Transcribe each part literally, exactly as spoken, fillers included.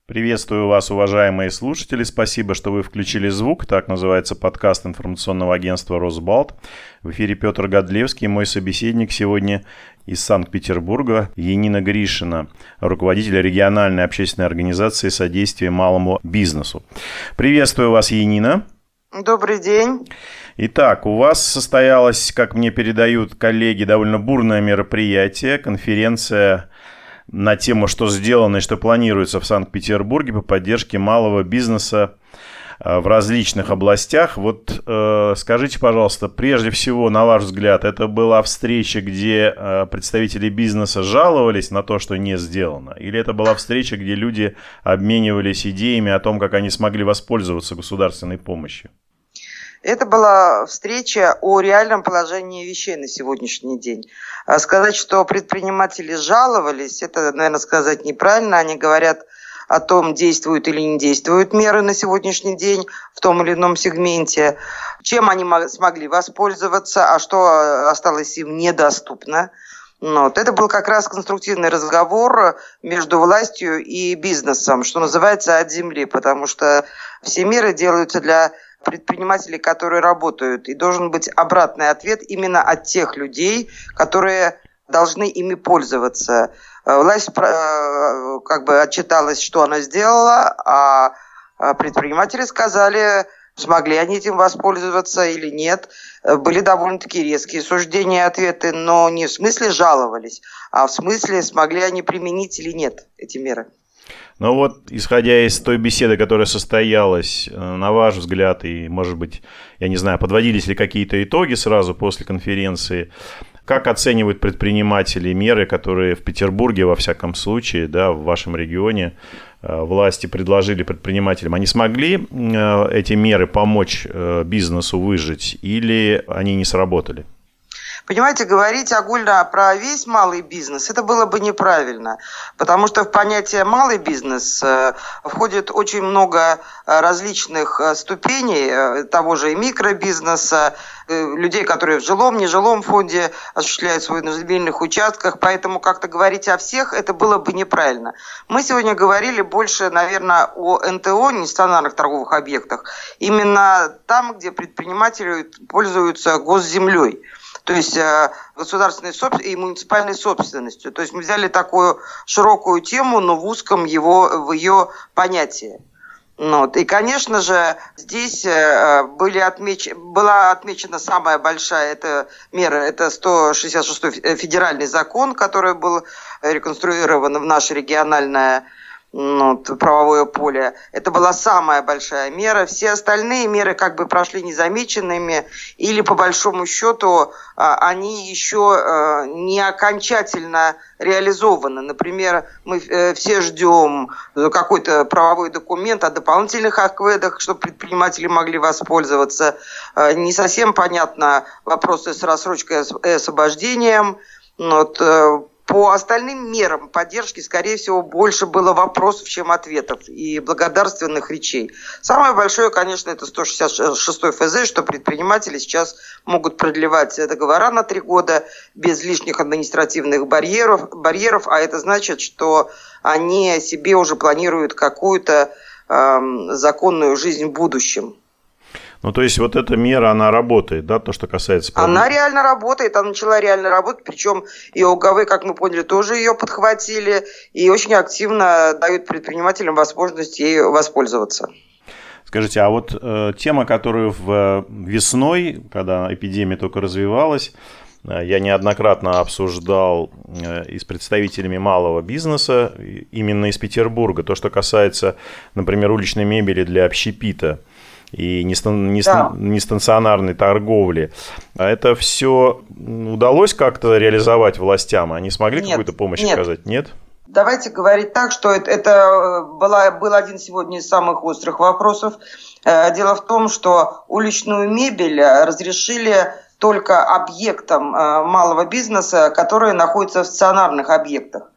Приветствую вас, уважаемые слушатели. Спасибо, что вы включили звук. Так называется подкаст информационного агентства «Росбалт». В эфире Петр Годлевский. Мой собеседник сегодня из Санкт-Петербурга Янина Гришина, руководитель региональной общественной организации содействия малому бизнесу. Приветствую вас, Янина. Добрый день. Итак, у вас состоялось, как мне передают коллеги, довольно бурное мероприятие, конференция на тему, что сделано и что планируется в Санкт-Петербурге по поддержке малого бизнеса в различных областях. Вот э, скажите, пожалуйста, прежде всего, на ваш взгляд, это была встреча, где э, представители бизнеса жаловались на то, что не сделано? Или это была встреча, где люди обменивались идеями о том, как они смогли воспользоваться государственной помощью? Это была встреча о реальном положении вещей на сегодняшний день. Сказать, что предприниматели жаловались, это, наверное, сказать неправильно. Они говорят о том, действуют или не действуют меры на сегодняшний день в том или ином сегменте, чем они смогли воспользоваться, а что осталось им недоступно. Вот. Это был как раз конструктивный разговор между властью и бизнесом, что называется, от земли, потому что все меры делаются для предпринимателей, которые работают, и должен быть обратный ответ именно от тех людей, которые должны ими пользоваться. Власть как бы отчиталась, что она сделала, а предприниматели сказали, смогли они этим воспользоваться или нет. Были довольно-таки резкие суждения и ответы, но не в смысле жаловались, а в смысле, смогли они применить или нет эти меры. Ну вот, исходя из той беседы, которая состоялась, на ваш взгляд, и, может быть, я не знаю, подводились ли какие-то итоги сразу после конференции, как оценивают предприниматели меры, которые в Петербурге, во всяком случае, да, в вашем регионе, власти предложили предпринимателям? Они смогли эти меры помочь бизнесу выжить или они не сработали? Понимаете, говорить огульно про весь малый бизнес, это было бы неправильно, потому что в понятие малый бизнес входит очень много различных ступеней того же и микробизнеса, людей, которые в жилом, нежилом фонде осуществляют свои на земельных участках, поэтому как-то говорить о всех, это было бы неправильно. Мы сегодня говорили больше, наверное, о эн тэ о, нестационарных торговых объектах, именно там, где предприниматели пользуются госземлей. То есть государственной и муниципальной собственностью. То есть мы взяли такую широкую тему, но в узком его, в ее понятии. Вот. И, конечно же, здесь были отмеч... была отмечена самая большая эта мера, это сто шестьдесят шестой федеральный закон, который был реконструирован в наше региональное Ну, правовое поле. Это была самая большая мера. Все остальные меры как бы прошли незамеченными, или по большому счету они еще не окончательно реализованы. Например, мы все ждем какой-то правовой документ о дополнительных акведах, чтобы предприниматели могли воспользоваться. Не совсем понятно вопросы с рассрочкой и освобождением. Вот. По остальным мерам поддержки, скорее всего, больше было вопросов, чем ответов и благодарственных речей. Самое большое, конечно, это сто шестьдесят шестой эф зэ, что предприниматели сейчас могут продлевать договора на три года без лишних административных барьеров, барьеров, а это значит, что они себе уже планируют какую-то э, законную жизнь в будущем. Ну, то есть вот эта мера, она работает, да, то, что касается... Проблем. Она реально работает, она начала реально работать, причем и о гэ вэ, как мы поняли, тоже ее подхватили и очень активно дают предпринимателям возможность ею воспользоваться. Скажите, а вот э, тема, которую в, весной, когда эпидемия только развивалась, э, я неоднократно обсуждал э, и с представителями малого бизнеса, именно из Петербурга, то, что касается, например, уличной мебели для общепита и нестационарной торговли. А это все удалось как-то реализовать властям? Они смогли нет, какую-то помощь нет. оказать? Нет? Давайте говорить так, что это, это была, был один сегодня из самых острых вопросов. Дело в том, что уличную мебель разрешили только объектам малого бизнеса, которые находятся в стационарных объектах.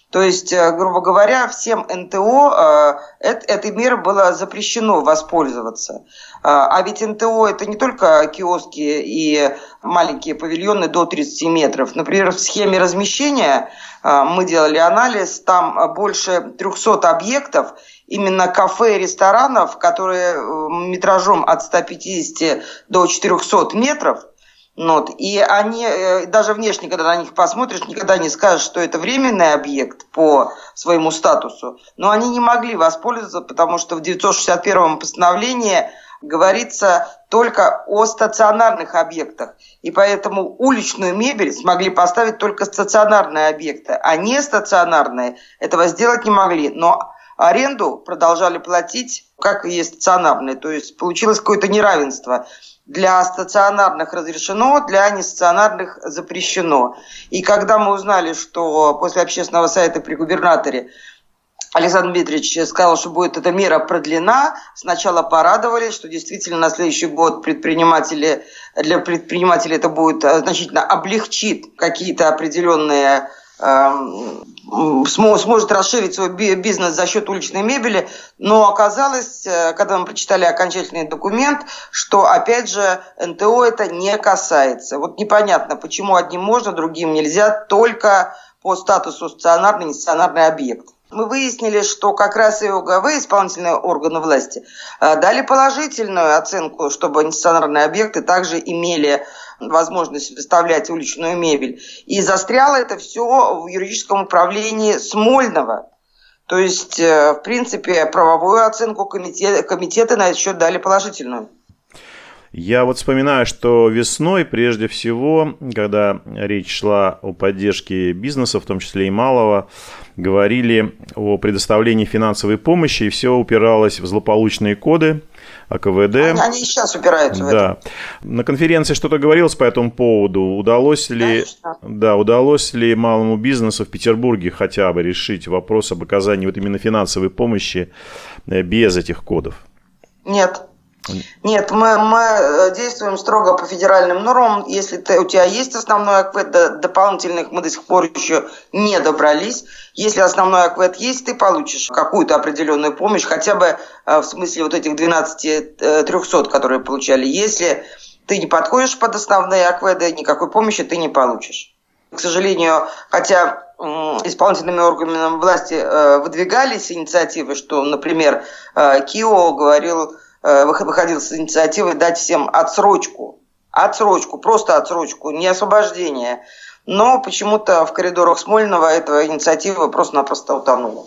То есть, грубо говоря, всем эн тэ о э, этой мерой было запрещено воспользоваться. А ведь эн тэ о это не только киоски и маленькие павильоны до тридцати метров. Например, в схеме размещения мы делали анализ, там больше трехсот объектов, именно кафе и ресторанов, которые метражом от ста пятидесяти до четырехсот метров. Вот. И они, даже внешне, когда на них посмотришь, никогда не скажешь, что это временный объект по своему статусу. Но они не могли воспользоваться, потому что в девятьсот шестьдесят первом постановлении говорится только о стационарных объектах. И поэтому уличную мебель смогли поставить только стационарные объекты, а не стационарные этого сделать не могли. Но аренду продолжали платить, как и стационарные. То есть получилось какое-то неравенство. Для стационарных разрешено, для нестационарных запрещено. И когда мы узнали, что после общественного совета при губернаторе Александр Дмитриевич сказал, что будет эта мера продлена, сначала порадовались, что действительно на следующий год предприниматели, для предпринимателей это будет значительно облегчит какие-то определенные, э, сможет расширить свой бизнес за счет уличной мебели, но оказалось, когда мы прочитали окончательный документ, что опять же эн тэ о это не касается. Вот непонятно, почему одним можно, другим нельзя, только по статусу стационарный и нестационарный объект. Мы выяснили, что как раз и о гэ вэ, исполнительные органы власти, дали положительную оценку, чтобы нестационарные объекты также имели возможность выставлять уличную мебель. И застряло это все в юридическом управлении Смольного. То есть, в принципе, правовую оценку комитет, комитеты на этот счет дали положительную. Я вот вспоминаю, что весной, прежде всего, когда речь шла о поддержке бизнеса, в том числе и малого, говорили о предоставлении финансовой помощи, и все упиралось в злополучные коды а ка вэ дэ. Они, они сейчас упираются в да. это. На конференции что-то говорилось по этому поводу. Удалось ли, да, удалось ли малому бизнесу в Петербурге хотя бы решить вопрос об оказании вот именно финансовой помощи без этих кодов? Нет. Нет, мы, мы действуем строго по федеральным нормам. Если ты, у тебя есть основной АКВЭД, до дополнительных мы до сих пор еще не добрались. Если основной АКВЭД есть, ты получишь какую-то определенную помощь, хотя бы в смысле вот этих двенадцати трехсот, которые получали. Если ты не подходишь под основные АКВЭДы, никакой помощи ты не получишь. К сожалению, хотя исполнительными органами власти выдвигались инициативы, что, например, КИО говорил, выходил с инициативой дать всем отсрочку. Отсрочку, просто отсрочку, не освобождение. Но почему-то в коридорах Смольного эта инициатива просто-напросто утонула.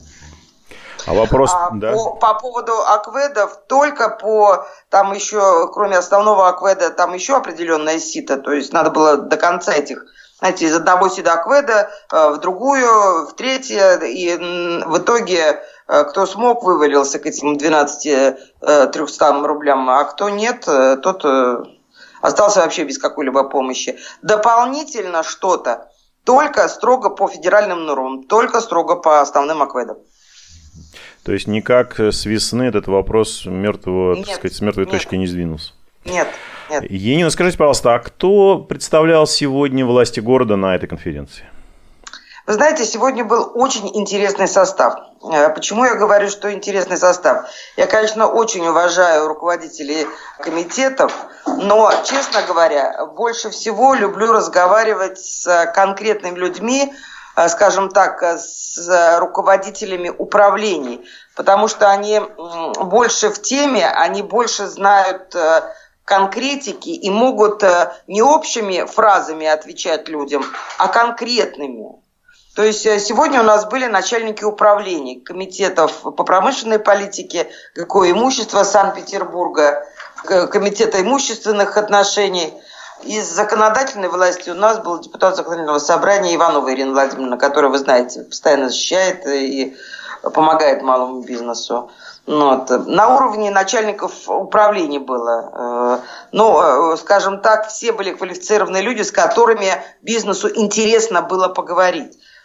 А вопрос, а да. По, по поводу АКВЭДов, только по, там еще, кроме основного АКВЭДа, там еще определенное сито, то есть надо было до конца этих, знаете, из одного сита АКВЭДа в другую, в третье, и в итоге кто смог, вывалился к этим двенадцати трехстам рублям, а кто нет, тот остался вообще без какой-либо помощи. Дополнительно что-то только строго по федеральным нормам, только строго по основным АКВЭДам. То есть никак с весны этот вопрос мертвого, нет, так сказать, с мертвой нет. точки не сдвинулся? Нет, нет. Енина, скажите, пожалуйста, а кто представлял сегодня власти города на этой конференции? Вы знаете, сегодня был очень интересный состав. Почему я говорю, что интересный состав? Я, конечно, очень уважаю руководителей комитетов, но, честно говоря, больше всего люблю разговаривать с конкретными людьми, скажем так, с руководителями управлений, потому что они больше в теме, они больше знают конкретики и могут не общими фразами отвечать людям, а конкретными. То есть сегодня у нас были начальники управлений, комитетов по промышленной политике, какое имущество Санкт-Петербурга, комитета имущественных отношений. Из законодательной власти у нас был депутат законодательного собрания Иванова Ирина Владимировна, которая, вы знаете, постоянно защищает и помогает малому бизнесу. Вот. На уровне начальников управлений было. Ну, скажем так, все были квалифицированные люди, с которыми бизнесу интересно было поговорить.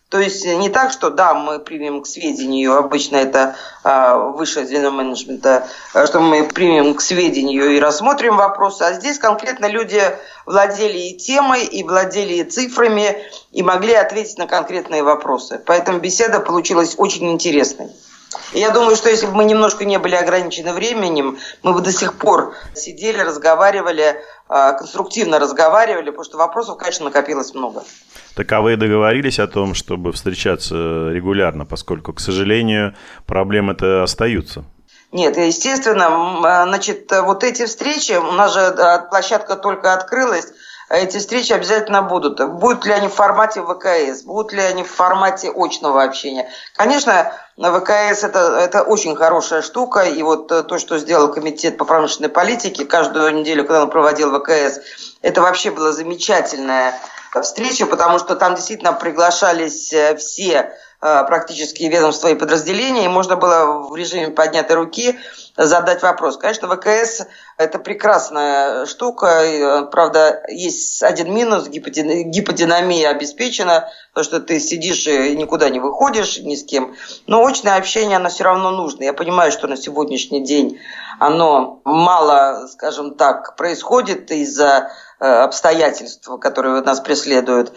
То есть не так, что да, мы примем к сведению, обычно это а, высшее звено менеджмента, что мы примем к сведению и рассмотрим вопросы, а здесь конкретно люди владели и темой, и владели и цифрами, и могли ответить на конкретные вопросы. Поэтому беседа получилась очень интересной. И я думаю, что если бы мы немножко не были ограничены временем, мы бы до сих пор сидели, разговаривали, конструктивно разговаривали, потому что вопросов, конечно, накопилось много. Так а вы договорились о том, чтобы встречаться регулярно, поскольку, к сожалению, проблемы-то остаются? Нет, естественно, значит, вот эти встречи, у нас же площадка только открылась, эти встречи обязательно будут. Будут ли они в формате ВКС, будут ли они в формате очного общения? Конечно, ВКС это, это очень хорошая штука, и вот то, что сделал Комитет по промышленной политике, каждую неделю, когда он проводил ВКС, это вообще была замечательная встреча, потому что там действительно приглашались все практически ведомства и подразделения, и можно было в режиме поднятой руки задать вопрос. Конечно, ВКС – это прекрасная штука, правда, есть один минус – гиподинамия обеспечена, то, что ты сидишь и никуда не выходишь ни с кем, но очное общение, оно все равно нужно. Я понимаю, что на сегодняшний день оно мало, скажем так, происходит из-за обстоятельств, которые нас преследуют.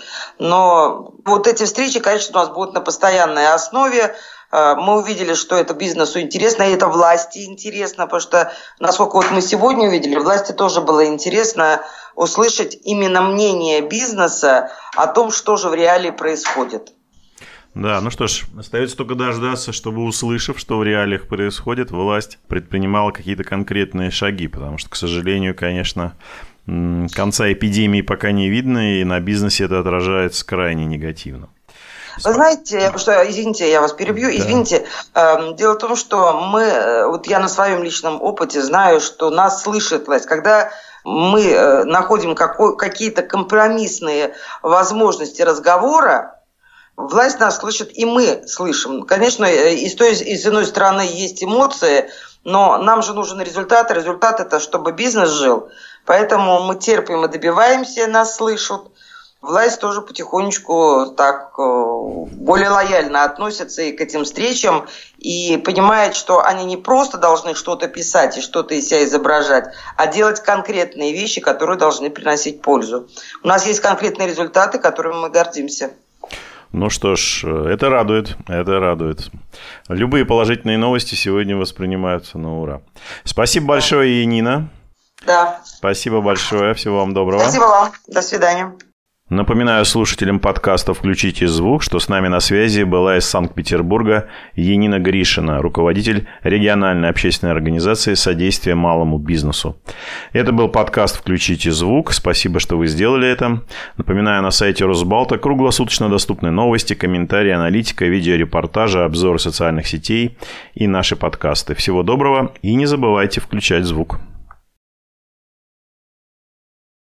Но вот эти встречи, конечно, у нас будут на постоянной основе. Мы увидели, что это бизнесу интересно, и это власти интересно, потому что, насколько вот мы сегодня увидели, власти тоже было интересно услышать именно мнение бизнеса о том, что же в реалии происходит. Да, ну что ж, остается только дождаться, чтобы, услышав, что в реалиях происходит, власть предпринимала какие-то конкретные шаги, потому что, к сожалению, конечно, конца эпидемии пока не видно, и на бизнесе это отражается крайне негативно. Вы знаете, что, извините, я вас перебью, да. извините. Дело в том, что мы, вот я на своем личном опыте знаю, что нас слышит власть. Когда мы находим какой, какие-то компромиссные возможности разговора, власть нас слышит, и мы слышим. Конечно, и с той, и с иной стороны есть эмоции, но нам же нужен результат. Результат – это чтобы бизнес жил. Поэтому мы терпим и добиваемся, нас слышат. Власть тоже потихонечку так более лояльно относится и к этим встречам, и понимает, что они не просто должны что-то писать и что-то из себя изображать, а делать конкретные вещи, которые должны приносить пользу. У нас есть конкретные результаты, которыми мы гордимся. Ну что ж, это радует, это радует. Любые положительные новости сегодня воспринимаются на ура. Спасибо большое, Янина. Да. Спасибо большое, всего вам доброго. Спасибо вам, до свидания. Напоминаю слушателям подкаста «Включите звук», что с нами на связи была из Санкт-Петербурга Янина Гришина, руководитель региональной общественной организации «Содействие малому бизнесу». Это был подкаст «Включите звук». Спасибо, что вы сделали это. Напоминаю, на сайте Росбалта круглосуточно доступны новости, комментарии, аналитика, видеорепортажи, обзоры социальных сетей и наши подкасты. Всего доброго и не забывайте включать звук.